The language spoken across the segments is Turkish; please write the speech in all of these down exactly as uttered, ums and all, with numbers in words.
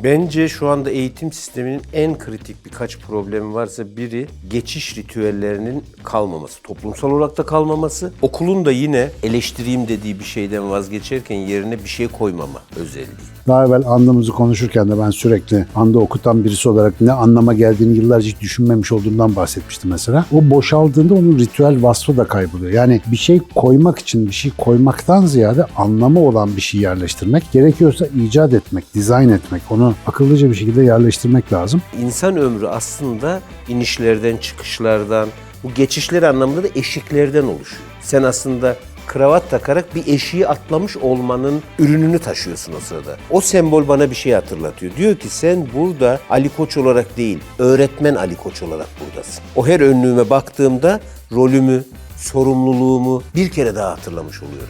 Bence şu anda eğitim sisteminin en kritik birkaç problemi varsa biri geçiş ritüellerinin kalmaması, toplumsal olarak da kalmaması. Okulun da yine eleştireyim dediği bir şeyden vazgeçerken yerine bir şey koymama özelliği. Daha evvel andamızı konuşurken de ben sürekli anda okutan birisi olarak ne anlama geldiğini yıllarca hiç düşünmemiş olduğumdan bahsetmiştim mesela. O boşaldığında onun ritüel vasfı da kayboluyor. Yani bir şey koymak için bir şey koymaktan ziyade anlamı olan bir şey yerleştirmek, gerekiyorsa icat etmek, dizayn etmek, onu akıllıca bir şekilde yerleştirmek lazım. İnsan ömrü aslında inişlerden, çıkışlardan, bu geçişler anlamında da eşiklerden oluşuyor. Sen aslında kravat takarak bir eşiği atlamış olmanın ürününü taşıyorsun o sırada. O sembol bana bir şey hatırlatıyor. Diyor ki sen burada Ali Koç olarak değil, öğretmen Ali Koç olarak buradasın. O her önlüğüme baktığımda rolümü, sorumluluğumu bir kere daha hatırlamış oluyorum.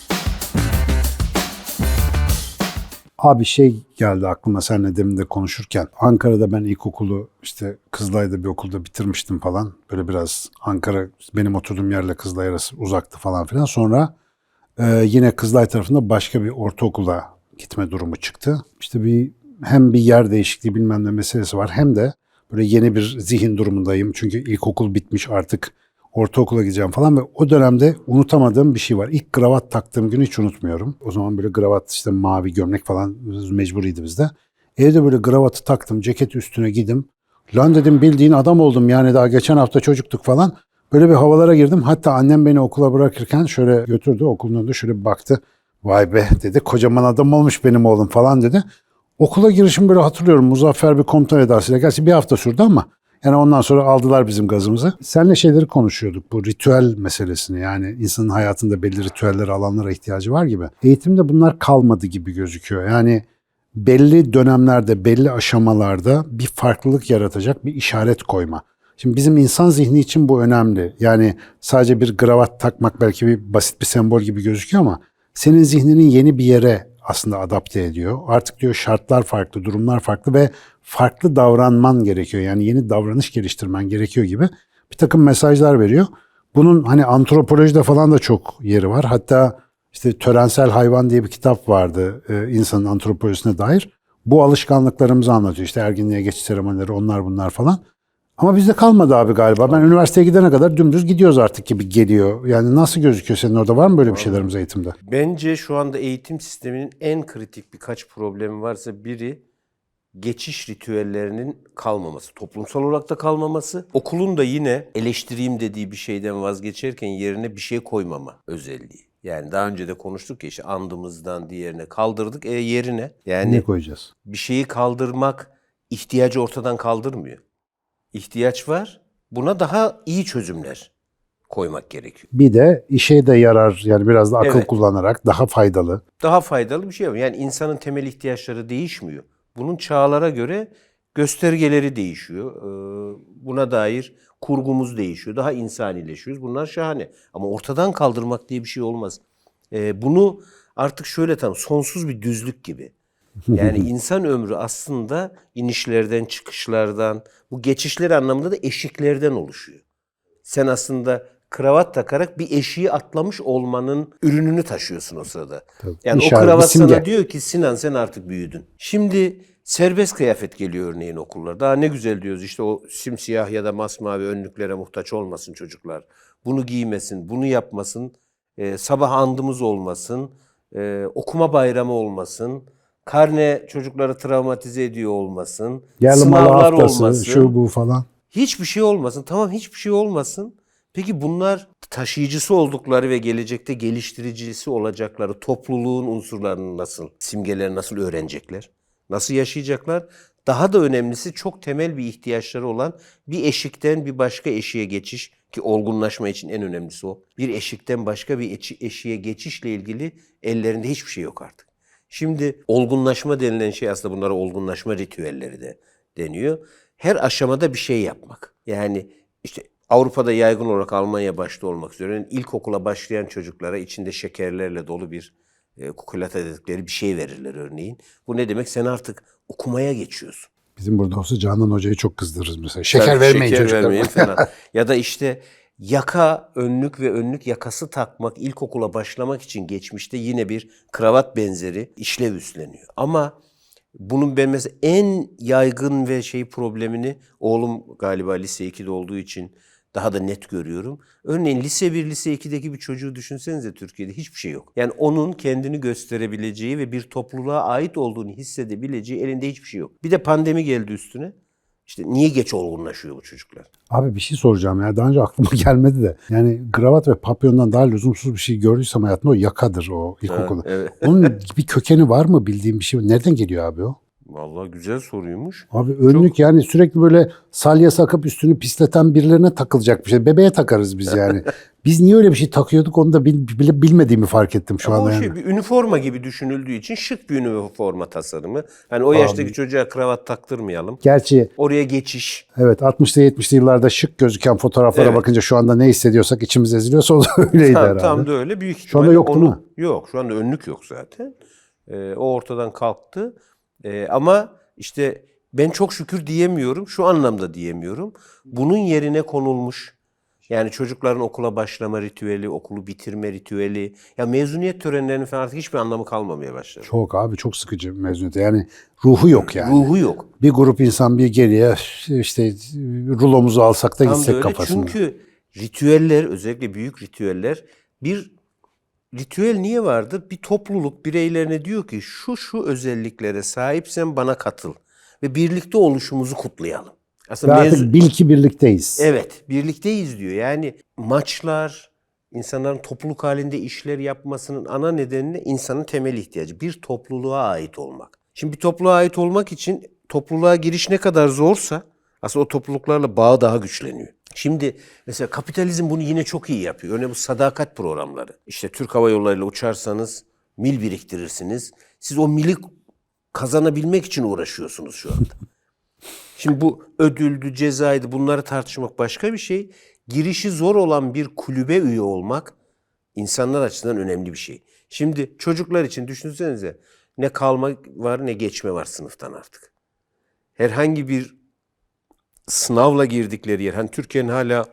Abi şey geldi aklıma seninle demin de konuşurken. Ankara'da ben ilkokulu işte Kızılay'da bir okulda bitirmiştim falan. Böyle biraz Ankara benim oturduğum yerle Kızılay arası uzaktı falan filan. Sonra e, yine Kızılay tarafında başka bir ortaokula gitme durumu çıktı. İşte bir hem bir yer değişikliği bilmem ne meselesi var hem de böyle yeni bir zihin durumundayım. Çünkü ilkokul bitmiş artık ortaokula gideceğim falan ve o dönemde unutamadığım bir şey var. İlk kravat taktığım günü hiç unutmuyorum. O zaman böyle kravat işte mavi gömlek falan mecburiydi bizde. Evde böyle kravatı taktım, ceket üstüne giydim. Lan dedim bildiğin adam oldum yani daha geçen hafta çocuktuk falan. Böyle bir havalara girdim. Hatta annem beni okula bırakırken şöyle götürdü. Okulun önünde şöyle bir baktı. Vay be dedi, kocaman adam olmuş benim oğlum falan dedi. Okula girişim böyle hatırlıyorum. Muzaffer bir komutan edasıyla. Gerçi bir hafta sürdü ama yani ondan sonra aldılar bizim gazımızı. Seninle şeyleri konuşuyorduk. Bu ritüel meselesini, yani insanın hayatında belli ritüeller alanlara ihtiyacı var gibi. Eğitimde bunlar kalmadı gibi gözüküyor. Yani belli dönemlerde, belli aşamalarda bir farklılık yaratacak bir işaret koyma. Şimdi bizim insan zihni için bu önemli. Yani sadece bir kravat takmak belki bir basit bir sembol gibi gözüküyor ama senin zihninin yeni bir yere aslında adapte ediyor. Artık diyor şartlar farklı, durumlar farklı ve farklı davranman gerekiyor. Yani yeni davranış geliştirmen gerekiyor gibi bir takım mesajlar veriyor. Bunun hani antropolojide falan da çok yeri var. Hatta işte Törensel Hayvan diye bir kitap vardı e, insanın antropolojisine dair. Bu alışkanlıklarımızı anlatıyor. İşte erginliğe geçiş seremonileri, onlar bunlar falan. Ama bizde kalmadı abi galiba. Ben üniversiteye gidene kadar dümdüz gidiyoruz artık gibi geliyor. Yani nasıl gözüküyor senin orada? Var mı böyle bir şeylerimiz eğitimde? Bence şu anda eğitim sisteminin en kritik birkaç problemi varsa biri geçiş ritüellerinin kalmaması, toplumsal olarak da kalmaması. Okulun da yine eleştireyim dediği bir şeyden vazgeçerken yerine bir şey koymama özelliği. Yani daha önce de konuştuk ya işte andımızdan diğerine kaldırdık, e yerine. Yani Ne koyacağız? bir şeyi kaldırmak ihtiyacı ortadan kaldırmıyor. İhtiyaç var, buna daha iyi çözümler koymak gerekiyor. Bir de işe de yarar, yani biraz da akıl Evet. kullanarak daha faydalı. Daha faydalı bir şey var. Yani insanın temel ihtiyaçları değişmiyor. Bunun çağlara göre göstergeleri değişiyor. Ee, Buna dair kurgumuz değişiyor. Daha insanileşiyoruz. Bunlar şahane. Ama ortadan kaldırmak diye bir şey olmaz. Ee, Bunu artık şöyle tam sonsuz bir düzlük gibi. Yani insan ömrü aslında inişlerden, çıkışlardan, bu geçişler anlamında da eşiklerden oluşuyor. Sen aslında kravat takarak bir eşiği atlamış olmanın ürününü taşıyorsun o sırada. Tabii. Yani İşaret, o kravat bir simge. sana diyor ki Sinan sen artık büyüdün. Şimdi serbest kıyafet geliyor örneğin okullar. Daha ne güzel diyoruz işte o simsiyah ya da masmavi önlüklere muhtaç olmasın çocuklar. Bunu giymesin, bunu yapmasın, e, sabah andımız olmasın, e, okuma bayramı olmasın, karne çocukları travmatize ediyor olmasın, Yerli malı sınavlar haftası, olmasın. şu bu falan. Hiçbir şey olmasın. Tamam hiçbir şey olmasın. Peki bunlar taşıyıcısı oldukları ve gelecekte geliştiricisi olacakları topluluğun unsurlarını nasıl, simgeleri nasıl öğrenecekler? Nasıl yaşayacaklar? Daha da önemlisi çok temel bir ihtiyaçları olan bir eşikten bir başka eşiğe geçiş ki olgunlaşma için en önemlisi o. Bir eşikten başka bir eşiğe geçişle ilgili ellerinde hiçbir şey yok artık. Şimdi olgunlaşma denilen şey aslında bunlara olgunlaşma ritüelleri de deniyor. Her aşamada bir şey yapmak. Yani işte Avrupa'da yaygın olarak Almanya başta olmak üzere yani ilkokula başlayan çocuklara içinde şekerlerle dolu bir e, kukulata dedikleri bir şey verirler örneğin. Bu ne demek? Sen artık okumaya geçiyorsun. Bizim burada olsa Canan Hoca'yı çok kızdırırız mesela. Şeker Tabii, vermeyin şeker çocuklara. vermeyin falan. Ya da işte yaka, önlük ve önlük yakası takmak ilkokula başlamak için geçmişte yine bir kravat benzeri işlev üstleniyor. Ama Bunun ben mesela en yaygın ve şey problemini oğlum galiba lise ikide olduğu için daha da net görüyorum. Örneğin lise bir, lise ikideki bir çocuğu düşünsenize Türkiye'de hiçbir şey yok. Yani onun kendini gösterebileceği ve bir topluluğa ait olduğunu hissedebileceği elinde hiçbir şey yok. Bir de pandemi geldi üstüne. İşte niye geç olgunlaşıyor bu çocuklar? Abi bir şey soracağım ya. Daha önce aklıma gelmedi de. Yani kravat ve papyondan daha lüzumsuz bir şey gördüysem hayatımda o yakadır o ilkokulda. Ha, evet. Onun bir kökeni var mı bildiğim bir şey? Nereden geliyor abi o? Vallahi güzel soruymuş. Abi önlük yani sürekli böyle salya sakıp üstünü pisleten birilerine takılacak bir şey. Bebeğe takarız biz yani. Biz niye öyle bir şey takıyorduk onu da bil, bile bilmediğimi fark ettim şu Ama anda o yani. şey bir üniforma gibi düşünüldüğü için şık bir üniforma tasarımı. Hani o yaştaki çocuğa kravat taktırmayalım. Gerçi Oraya geçiş. evet altmışlı yetmişli yıllarda şık gözüken fotoğraflara Evet. bakınca şu anda ne hissediyorsak içimiz eziliyorsa o da öyleydi Tam, herhalde. tam da öyle. Büyük Şu anda ihtimalle yok değil onu- mi? Yok. Şu anda önlük yok zaten. Ee, o ortadan kalktı. Ee, ama işte ben çok şükür diyemiyorum. Şu anlamda diyemiyorum. Bunun yerine konulmuş. Yani çocukların okula başlama ritüeli, okulu bitirme ritüeli. Ya mezuniyet törenlerinin falan artık hiçbir anlamı kalmamaya başladı. Çok abi çok sıkıcı mezuniyet. Yani ruhu yok yani. Ruhu yok. Bir grup insan bir geriye işte rulomuzu alsak da Tam da gitsek öyle. kafasında. Çünkü ritüeller, özellikle büyük ritüeller, bir ritüel niye vardır? Bir topluluk bireylerine diyor ki şu şu özelliklere sahipsen bana katıl ve birlikte oluşumuzu kutlayalım. Ve Aslında artık mevzu, bil ki birlikteyiz. evet, birlikteyiz diyor. Yani maçlar, insanların topluluk halinde işler yapmasının ana nedeni insanın temel ihtiyacı. Bir topluluğa ait olmak. Şimdi bir topluluğa ait olmak için topluluğa giriş ne kadar zorsa aslında o topluluklarla bağ daha güçleniyor. Şimdi mesela kapitalizm bunu yine çok iyi yapıyor. Örneğin bu sadakat programları. İşte Türk Hava Yolları ile uçarsanız mil biriktirirsiniz. Siz o mili kazanabilmek için uğraşıyorsunuz şu anda. Şimdi bu ödüldü, cezaydı bunları tartışmak başka bir şey. Girişi zor olan bir kulübe üye olmak insanlar açısından önemli bir şey. Şimdi çocuklar için düşünsenize ne kalma var ne geçme var sınıftan artık. Herhangi bir sınavla girdikleri yer, hani Türkiye'nin hala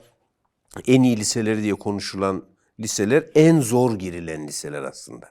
en iyi liseleri diye konuşulan liseler en zor girilen liseler aslında.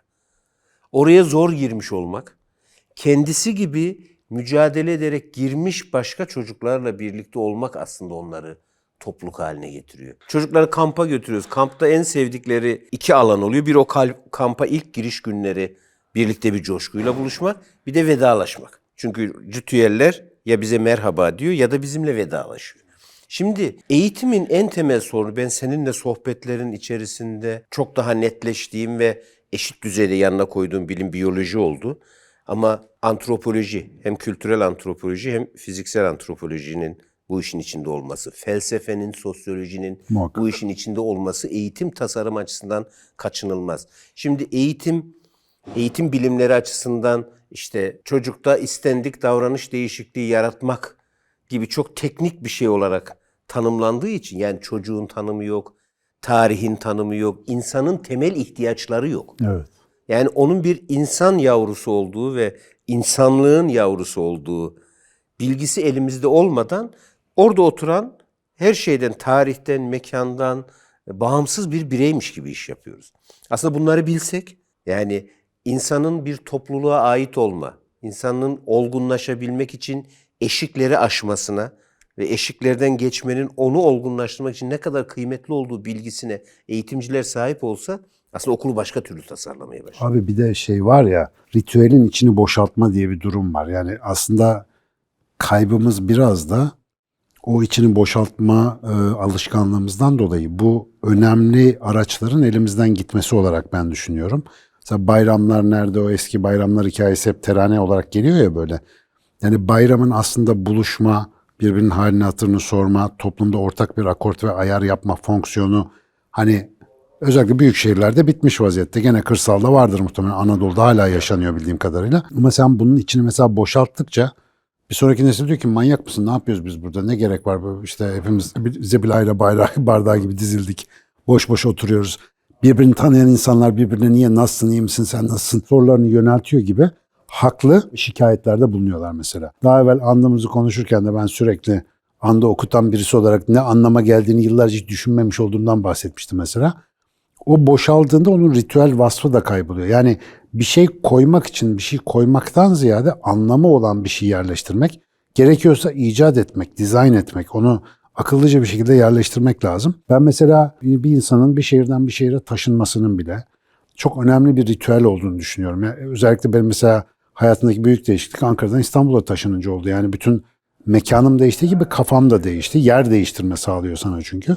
Oraya zor girmiş olmak, kendisi gibi mücadele ederek girmiş başka çocuklarla birlikte olmak aslında onları topluluk haline getiriyor. Çocukları kampa götürüyoruz. Kampta en sevdikleri iki alan oluyor. Bir o kampa ilk giriş günleri birlikte bir coşkuyla buluşmak, bir de vedalaşmak. Çünkü ritüeller ya bize merhaba diyor ya da bizimle vedalaşıyor. Şimdi eğitimin en temel sorunu, ben seninle sohbetlerin içerisinde çok daha netleştiğim ve eşit düzeyde yanına koyduğum bilim biyoloji oldu. Ama antropoloji, hem kültürel antropoloji hem fiziksel antropolojinin bu işin içinde olması, felsefenin, sosyolojinin Muhakkak. bu işin içinde olması eğitim tasarım açısından kaçınılmaz. Şimdi eğitim, eğitim bilimleri açısından işte çocukta istendik davranış değişikliği yaratmak gibi çok teknik bir şey olarak tanımlandığı için, yani çocuğun tanımı yok, tarihin tanımı yok, insanın temel ihtiyaçları yok. Evet. Yani onun bir insan yavrusu olduğu ve insanlığın yavrusu olduğu bilgisi elimizde olmadan orada oturan her şeyden, tarihten, mekandan bağımsız bir bireymiş gibi iş yapıyoruz. Aslında bunları bilsek, yani insanın bir topluluğa ait olma, insanın olgunlaşabilmek için eşikleri aşmasına ve eşiklerden geçmenin onu olgunlaştırmak için ne kadar kıymetli olduğu bilgisine eğitimciler sahip olsa aslında okulu başka türlü tasarlamaya başlar. Abi bir de şey var ya, ritüelin içini boşaltma diye bir durum var. Yani aslında kaybımız biraz da o içini boşaltma e, alışkanlığımızdan dolayı bu önemli araçların elimizden gitmesi olarak ben düşünüyorum. Mesela bayramlar nerede, o eski bayramlar hikayesi hep terane olarak geliyor ya böyle. Yani bayramın aslında buluşma, birbirinin halini hatırını sorma, toplumda ortak bir akort ve ayar yapma fonksiyonu hani özellikle büyük şehirlerde bitmiş vaziyette. Gene kırsalda vardır muhtemelen. Anadolu'da hala yaşanıyor bildiğim kadarıyla. Ama sen bunun içini mesela boşalttıkça bir sonraki nesil diyor ki manyak mısın? Ne yapıyoruz biz burada? Ne gerek var? Böyle İşte hepimiz zebilayla bayrağı bardağı gibi dizildik. Boş boş oturuyoruz. Birbirini tanıyan insanlar birbirine niye nasılsın, iyi misin, sen nasılsın sorularını yöneltiyor gibi haklı şikayetlerde bulunuyorlar mesela. Daha evvel andımızı konuşurken de ben sürekli anda okutan birisi olarak ne anlama geldiğini yıllarca hiç düşünmemiş olduğumdan bahsetmiştim mesela. o boşaldığında onun ritüel vasfı da kayboluyor. Yani bir şey koymak için bir şey koymaktan ziyade anlamı olan bir şey yerleştirmek, gerekiyorsa icat etmek, dizayn etmek, onu akıllıca bir şekilde yerleştirmek lazım. Ben mesela bir insanın bir şehirden bir şehire taşınmasının bile çok önemli bir ritüel olduğunu düşünüyorum. Yani özellikle benim mesela hayatımdaki büyük değişiklik Ankara'dan İstanbul'a taşınınca oldu. Yani bütün mekanım değiştiği gibi kafam da değişti. Yer değiştirme sağlıyor sana çünkü.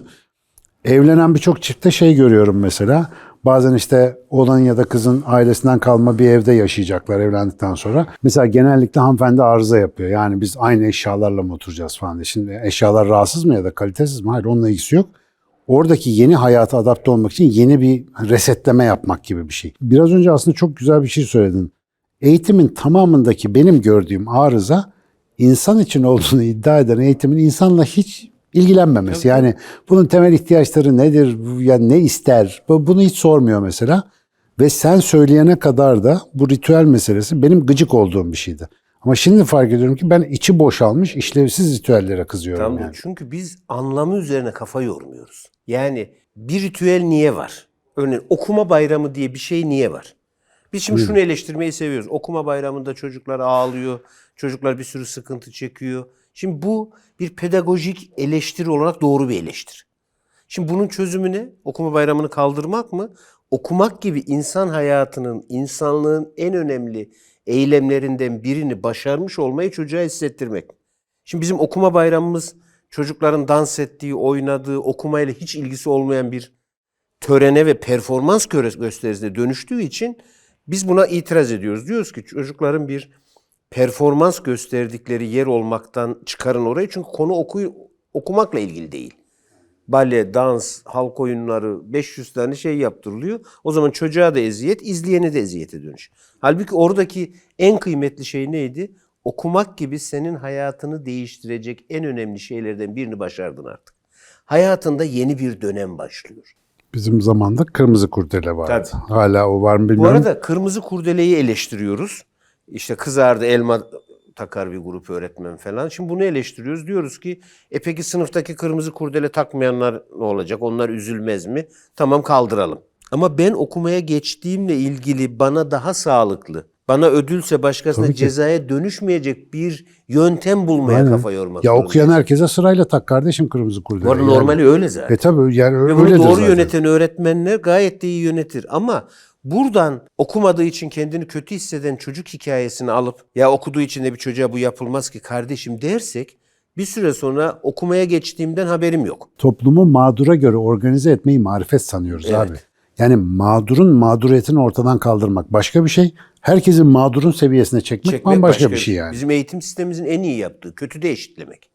Evlenen birçok çiftte şey görüyorum mesela. Bazen işte oğlan ya da kızın ailesinden kalma bir evde yaşayacaklar evlendikten sonra. Mesela genellikle hanımefendi arıza yapıyor. Yani biz aynı eşyalarla mı oturacağız falan diye. Şimdi eşyalar rahatsız mı ya da kalitesiz mi? Hayır, onunla ilgisi yok. Oradaki yeni hayata adapte olmak için yeni bir resetleme yapmak gibi bir şey. Biraz önce aslında çok güzel bir şey söyledin. Eğitimin tamamındaki benim gördüğüm arıza insan için olduğunu iddia eden eğitimin insanla hiç ilgilenmemesi. Tabii. Yani bunun temel ihtiyaçları nedir, yani ne ister, bunu hiç sormuyor mesela. Ve sen söyleyene kadar da bu ritüel meselesi benim gıcık olduğum bir şeydi. Ama şimdi fark ediyorum ki ben içi boşalmış, işlevsiz ritüellere kızıyorum Tamam, yani. çünkü biz anlamı üzerine kafa yormuyoruz. Yani bir ritüel niye var? Örneğin okuma bayramı diye bir şey niye var? Biz şimdi şunu eleştirmeyi seviyoruz. Okuma bayramında çocuklar ağlıyor, çocuklar bir sürü sıkıntı çekiyor. Şimdi bu bir pedagojik eleştiri olarak doğru bir eleştiri. Şimdi bunun çözümü ne? Okuma bayramını kaldırmak mı? Okumak gibi insan hayatının, insanlığın en önemli eylemlerinden birini başarmış olmayı çocuğa hissettirmek. Şimdi bizim okuma bayramımız çocukların dans ettiği, oynadığı, okumayla hiç ilgisi olmayan bir törene ve performans gösterisine dönüştüğü için biz buna itiraz ediyoruz. Diyoruz ki çocukların bir performans gösterdikleri yer olmaktan çıkarın orayı. Çünkü konu oku, okumakla ilgili değil. Bale, dans, halk oyunları, beş yüz tane şey yaptırılıyor. O zaman çocuğa da eziyet, izleyene de eziyete dönüş. Halbuki oradaki en kıymetli şey neydi? Okumak gibi senin hayatını değiştirecek en önemli şeylerden birini başardın artık. Hayatında yeni bir dönem başlıyor. Bizim zamanda kırmızı kurdele vardı. Tabii. Hala o var mı Bu bilmiyorum. arada kırmızı kurdeleyi eleştiriyoruz. İşte kızardı elma takar bir grup öğretmen falan. Şimdi bunu eleştiriyoruz. Diyoruz ki e peki sınıftaki kırmızı kurdele takmayanlar ne olacak? Onlar üzülmez mi? Tamam, kaldıralım. Ama ben okumaya geçtiğimle ilgili bana daha sağlıklı, bana ödülse başkasına Tabii ki. cezaya dönüşmeyecek bir yöntem bulmaya Aynen. kafa yormak Ya zorundayız. okuyan herkese sırayla tak kardeşim kırmızı kurdele. Bu arada Yani- normali öyle zaten. E tabii yani Ve bunu öyledir doğru zaten. yöneten öğretmenler gayet de iyi yönetir. Ama buradan okumadığı için kendini kötü hisseden çocuk hikayesini alıp ya okuduğu için de bir çocuğa bu yapılmaz ki kardeşim dersek bir süre sonra okumaya geçtiğimden haberim yok. Toplumu mağdura göre organize etmeyi marifet sanıyoruz Evet. abi. Yani mağdurun mağduriyetini ortadan kaldırmak başka bir şey. Herkesin mağdurun seviyesine çekmek, Çekmek bambaşka bir şey yani. Bizim eğitim sistemimizin en iyi yaptığı kötü de eşitlemek.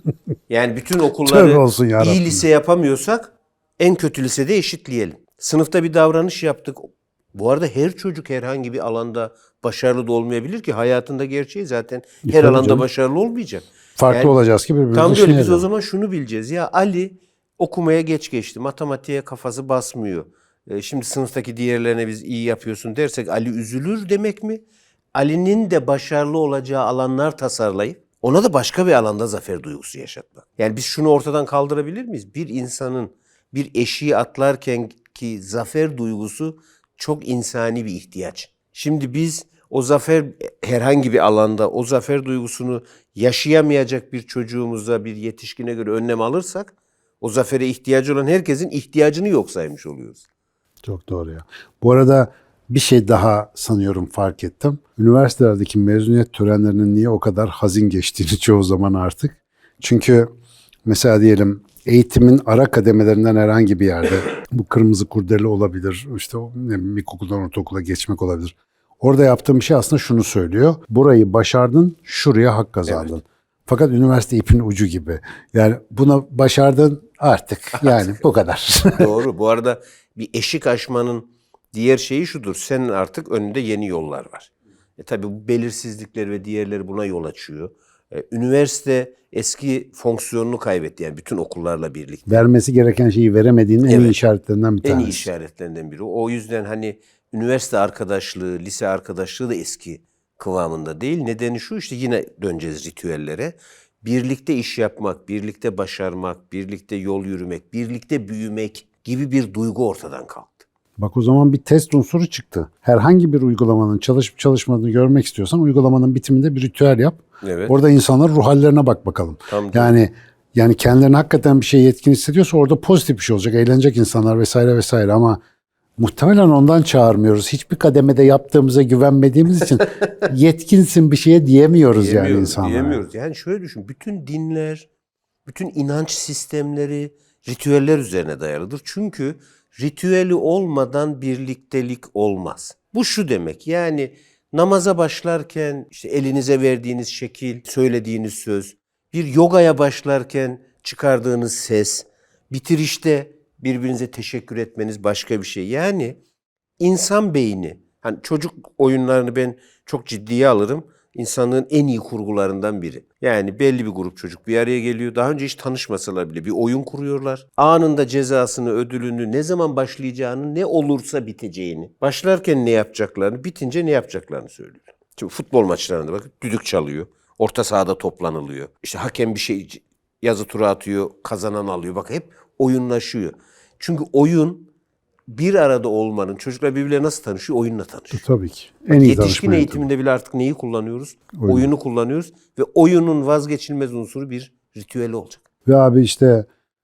Yani bütün Tövbe okulları olsun ya iyi Rabbim. lise yapamıyorsak en kötü lisede eşitleyelim. Sınıfta bir davranış yaptık. Bu arada her çocuk herhangi bir alanda başarılı da olmayabilir ki hayatında gerçeği zaten her tabii alanda canım. başarılı olmayacak. Farklı Yani olacağız ki birbirimizi tam böyle biz düşünelim. o zaman şunu bileceğiz. Ya Ali okumaya geç geçti. Matematiğe kafası basmıyor. E, şimdi sınıftaki diğerlerine biz iyi yapıyorsun dersek Ali üzülür demek mi? Ali'nin de başarılı olacağı alanlar tasarlayıp ona da başka bir alanda zafer duygusu yaşatmak. Yani biz şunu ortadan kaldırabilir miyiz? Bir insanın bir eşiği atlarken ki zafer duygusu çok insani bir ihtiyaç. Şimdi biz o zafer herhangi bir alanda o zafer duygusunu yaşayamayacak bir çocuğumuza, bir yetişkine göre önlem alırsak o zafere ihtiyacı olan herkesin ihtiyacını yok saymış oluyoruz. Çok doğru ya. Bu arada bir şey daha sanıyorum fark ettim. Üniversitelerdeki mezuniyet törenlerinin niye o kadar hazin geçtiğini çoğu zaman artık. Çünkü mesela diyelim eğitimin ara kademelerinden herhangi bir yerde bu kırmızı kurdele olabilir, işte o, ne bileyim, ilkokuldan ortaokula geçmek olabilir. Orada yaptığım şey aslında şunu söylüyor. Burayı başardın, şuraya hak kazandın. Evet. Fakat üniversite ipin ucu gibi. Yani buna başardın artık. Yani bu kadar. Doğru. Bu arada bir eşik aşmanın diğer şeyi şudur. Senin artık önünde yeni yollar var. E tabii bu belirsizlikler ve diğerleri buna yol açıyor. E, üniversite eski fonksiyonunu kaybetti. Yani bütün okullarla birlikte. Vermesi gereken şeyi veremediğinin en iyi Evet. işaretlerinden bir En tanesi. iyi işaretlerinden biri. O yüzden hani üniversite arkadaşlığı, lise arkadaşlığı da eski kıvamında değil. Nedeni şu, işte yine döneceğiz ritüellere. Birlikte iş yapmak, birlikte başarmak, birlikte yol yürümek, birlikte büyümek gibi bir duygu ortadan kalktı. Bak o zaman bir test unsuru çıktı. Herhangi bir uygulamanın çalışıp çalışmadığını görmek istiyorsan uygulamanın bitiminde bir ritüel yap. Evet. Orada insanların ruh hallerine bak bakalım. Tam yani yani kendilerini hakikaten bir şey yetkin hissediyorsa orada pozitif bir şey olacak. Eğlenecek insanlar vesaire vesaire ama muhtemelen ondan çağırmıyoruz. Hiçbir kademede yaptığımıza güvenmediğimiz için yetkinsin bir şeye diyemiyoruz yani Diyemiyoruz, insanlara. diyemiyoruz. Yani şöyle düşün, bütün dinler, bütün inanç sistemleri ritüeller üzerine dayalıdır. Çünkü ritüeli olmadan birliktelik olmaz. Bu şu demek, yani namaza başlarken işte elinize verdiğiniz şekil, söylediğiniz söz, bir yogaya başlarken çıkardığınız ses, bitirişte birbirinize teşekkür etmeniz başka bir şey. Yani insan beyni, hani çocuk oyunlarını ben çok ciddiye alırım. İnsanlığın en iyi kurgularından biri. Yani belli bir grup çocuk bir araya geliyor. Daha önce hiç tanışmasalar bile bir oyun kuruyorlar. Anında cezasını, ödülünü, ne zaman başlayacağını, ne olursa biteceğini, başlarken ne yapacaklarını, bitince ne yapacaklarını söylüyorlar. Şimdi futbol maçlarında bakın düdük çalıyor. Orta sahada toplanılıyor. İşte hakem bir şey yazı tura atıyor, kazanan alıyor. Bak hep oyunlaşıyor. Çünkü oyun bir arada olmanın, çocuklar birbirleriyle nasıl tanışıyor? Oyunla tanışıyor. Tabii ki. En iyi Yetişkin danışma eğitiminde bile artık neyi kullanıyoruz? Oyun. Oyunu kullanıyoruz ve oyunun vazgeçilmez unsuru bir ritüeli olacak. Ve abi işte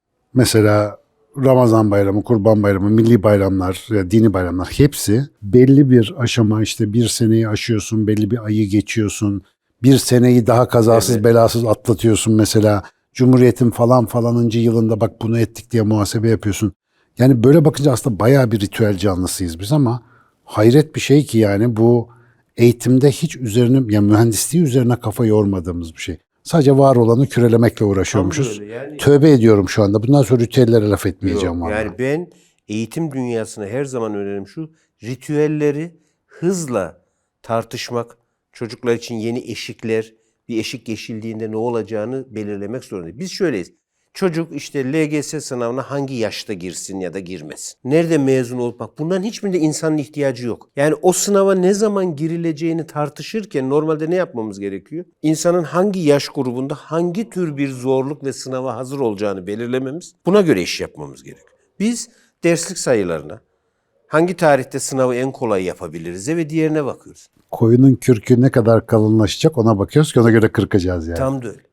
mesela Ramazan bayramı, Kurban bayramı, milli bayramlar, ya dini bayramlar hepsi belli bir aşama, işte bir seneyi aşıyorsun, belli bir ayı geçiyorsun. Bir seneyi daha kazasız Evet. belasız atlatıyorsun mesela. Cumhuriyet'in falan falanıncı yılında bak bunu ettik diye muhasebe yapıyorsun. Yani böyle bakınca aslında bayağı bir ritüel canlısıyız biz ama hayret bir şey ki yani bu eğitimde hiç üzerine, yani mühendisliği üzerine kafa yormadığımız bir şey. Sadece var olanı kürelemekle uğraşıyormuşuz. öyle yani. Tövbe ediyorum şu anda. Bundan sonra ritüellere laf etmeyeceğim Yok, vallahi. yani ben eğitim dünyasına her zaman önerim şu, ritüelleri hızla tartışmak, çocuklar için yeni eşikler, bir eşik geçildiğinde ne olacağını belirlemek zorundayız. Biz şöyleyiz. Çocuk işte L G S sınavına hangi yaşta girsin ya da girmesin? Nerede mezun olup bak bunların hiçbirinde insanın ihtiyacı yok. Yani o sınava ne zaman girileceğini tartışırken normalde ne yapmamız gerekiyor? İnsanın hangi yaş grubunda hangi tür bir zorluk ve sınava hazır olacağını belirlememiz, buna göre iş yapmamız gerekiyor. Biz derslik sayılarına, hangi tarihte sınavı en kolay yapabiliriz ve diğerine bakıyoruz. Koyunun kürkü ne kadar kalınlaşacak ona bakıyoruz ki ona göre kırkacağız yani. Tam da öyle.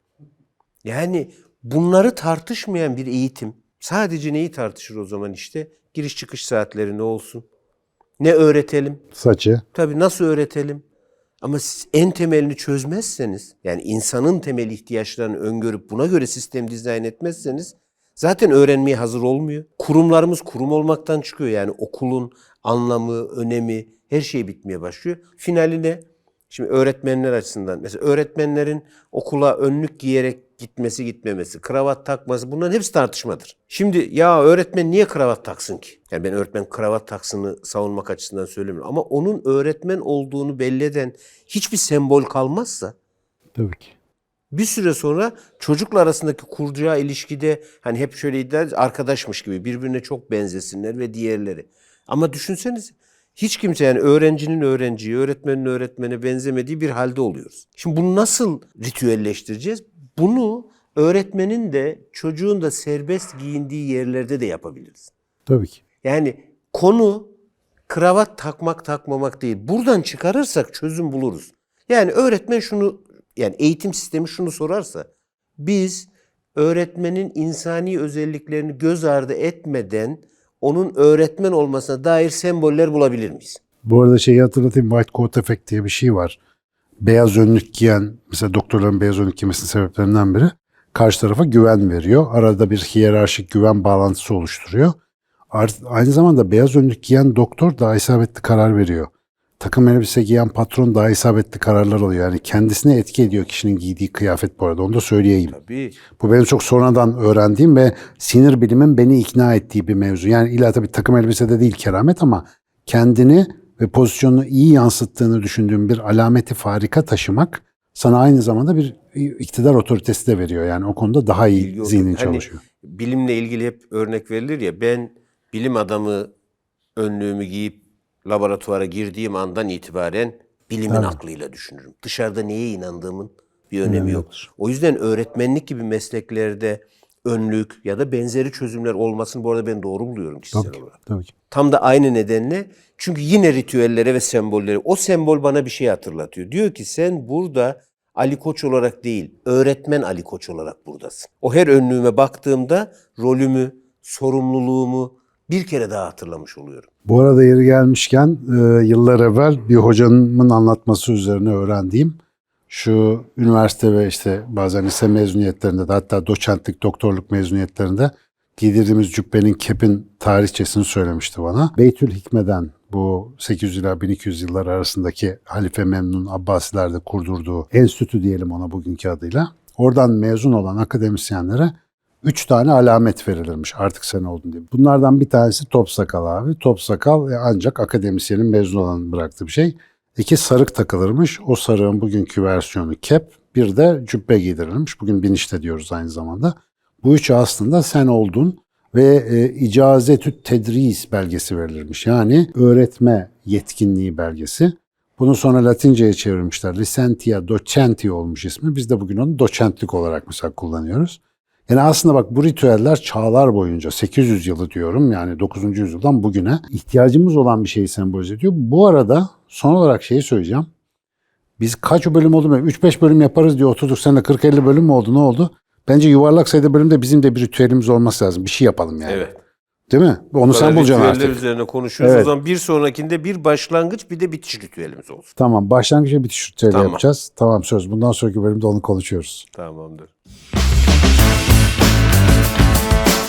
Yani bunları tartışmayan bir eğitim sadece neyi tartışır o zaman işte? Giriş çıkış saatleri ne olsun? Ne öğretelim? Saçı. Tabii nasıl öğretelim? Ama siz en temelini çözmezseniz, yani insanın temel ihtiyaçlarını öngörüp buna göre sistem dizayn etmezseniz zaten öğrenmeye hazır olmuyor. Kurumlarımız kurum olmaktan çıkıyor. Yani okulun anlamı, önemi, her şey bitmeye başlıyor. Finaline, şimdi öğretmenler açısından, mesela öğretmenlerin okula önlük giyerek gitmesi gitmemesi, kravat takması, bunların hepsi tartışmadır. Şimdi ya öğretmen niye kravat taksın ki? Yani ben öğretmen kravat taksını savunmak açısından söylemiyorum. Ama onun öğretmen olduğunu belli eden hiçbir sembol kalmazsa Tabii ki. bir süre sonra çocukla arasındaki kuracağı ilişkide hani hep şöyle iddia ediyoruz, arkadaşmış gibi birbirine çok benzesinler ve diğerleri. Ama düşünseniz hiç kimse, yani öğrencinin öğrenciye, öğretmenin öğretmene benzemediği bir halde oluyoruz. Şimdi bunu nasıl ritüelleştireceğiz? Bunu öğretmenin de çocuğun da serbest giyindiği yerlerde de yapabiliriz. Tabii ki. Yani konu kravat takmak takmamak değil. Buradan çıkarırsak çözüm buluruz. Yani öğretmen şunu, yani eğitim sistemi şunu sorarsa, biz öğretmenin insani özelliklerini göz ardı etmeden onun öğretmen olmasına dair semboller bulabilir miyiz? Bu arada şeyi hatırlatayım. White coat effect diye bir şey var. Beyaz önlük giyen, mesela doktorların beyaz önlük giymesinin sebeplerinden biri karşı tarafa güven veriyor. Arada bir hiyerarşik güven bağlantısı oluşturuyor. Aynı zamanda beyaz önlük giyen doktor daha isabetli karar veriyor. Takım elbise giyen patron daha isabetli kararlar alıyor. Yani kendisine etki ediyor kişinin giydiği kıyafet bu arada. Onu da söyleyeyim. Tabii. Bu benim çok sonradan öğrendiğim ve sinir bilimin beni ikna ettiği bir mevzu. Yani illa tabii takım elbisede değil keramet ama kendini ve pozisyonunu iyi yansıttığını düşündüğüm bir alameti farika taşımak sana aynı zamanda bir iktidar otoritesi de veriyor. Yani o konuda daha iyi Bilgi zihnin hani çalışıyor. bilimle ilgili hep örnek verilir ya, ben bilim adamı önlüğümü giyip laboratuvara girdiğim andan itibaren bilimin Tabii. aklıyla düşünürüm. Dışarıda neye inandığımın bir önemi yok. yoktur. O yüzden öğretmenlik gibi mesleklerde önlük ya da benzeri çözümler olmasını bu arada ben doğru buluyorum kişisel Tabii ki, olarak. tabii ki. Tam da aynı nedenle, çünkü yine ritüellere ve sembollere, o sembol bana bir şey hatırlatıyor. Diyor ki sen burada Ali Koç olarak değil, öğretmen Ali Koç olarak buradasın. O her önlüğüme baktığımda rolümü, sorumluluğumu bir kere daha hatırlamış oluyorum. Bu arada yeri gelmişken e, yıllar evvel bir hocamın anlatması üzerine öğrendiğim şu üniversite ve işte bazen lise mezuniyetlerinde de, hatta doçentlik, doktorluk mezuniyetlerinde giydirdiğimiz cübbenin, kepin tarihçesini söylemişti bana. Beytül Hikme'den, bu sekiz yüz ila bin iki yüz yıllar arasındaki Halife Memnun Abbasilerde kurdurduğu enstitü diyelim ona bugünkü adıyla, oradan mezun olan akademisyenlere üç tane alamet verilirmiş artık sen oldun diye. Bunlardan bir tanesi top sakal abi. Top sakal ancak akademisyenin mezun olanın bıraktığı bir şey. İki, sarık takılırmış. O sarığın bugünkü versiyonu kep. Bir de cübbe giydirilmiş. Bugün binişte diyoruz aynı zamanda. Bu üçü aslında sen oldun ve e, icazetü tedris belgesi verilirmiş. Yani öğretme yetkinliği belgesi. Bunu sonra Latinceye çevirmişler. Licentia docenti olmuş ismi. Biz de bugün onu doçentlik olarak mesela kullanıyoruz. Yani aslında bak, bu ritüeller çağlar boyunca, sekiz yüz yılı diyorum, yani dokuzuncu yüzyıldan bugüne ihtiyacımız olan bir şeyi sembolize ediyor. Bu arada son olarak şeyi söyleyeceğim. Biz kaç bölüm oldu mu? üç beş bölüm yaparız diye oturduk. Seninle kırk elli bölüm mü oldu? Ne oldu? Bence yuvarlak sayıda bölümde bizim de bir ritüelimiz olması lazım. Bir şey yapalım yani. Evet. Değil mi? Onu sen bulacaksın Ritüeller artık. üzerine konuşuyoruz. Evet. O zaman bir sonrakinde bir başlangıç, bir de bitiş ritüelimiz olsun. Tamam. Başlangıç ve bitiş ritüeli Tamam. yapacağız. Tamam, söz. Bundan sonraki bölümde onu konuşuyoruz. Tamamdır.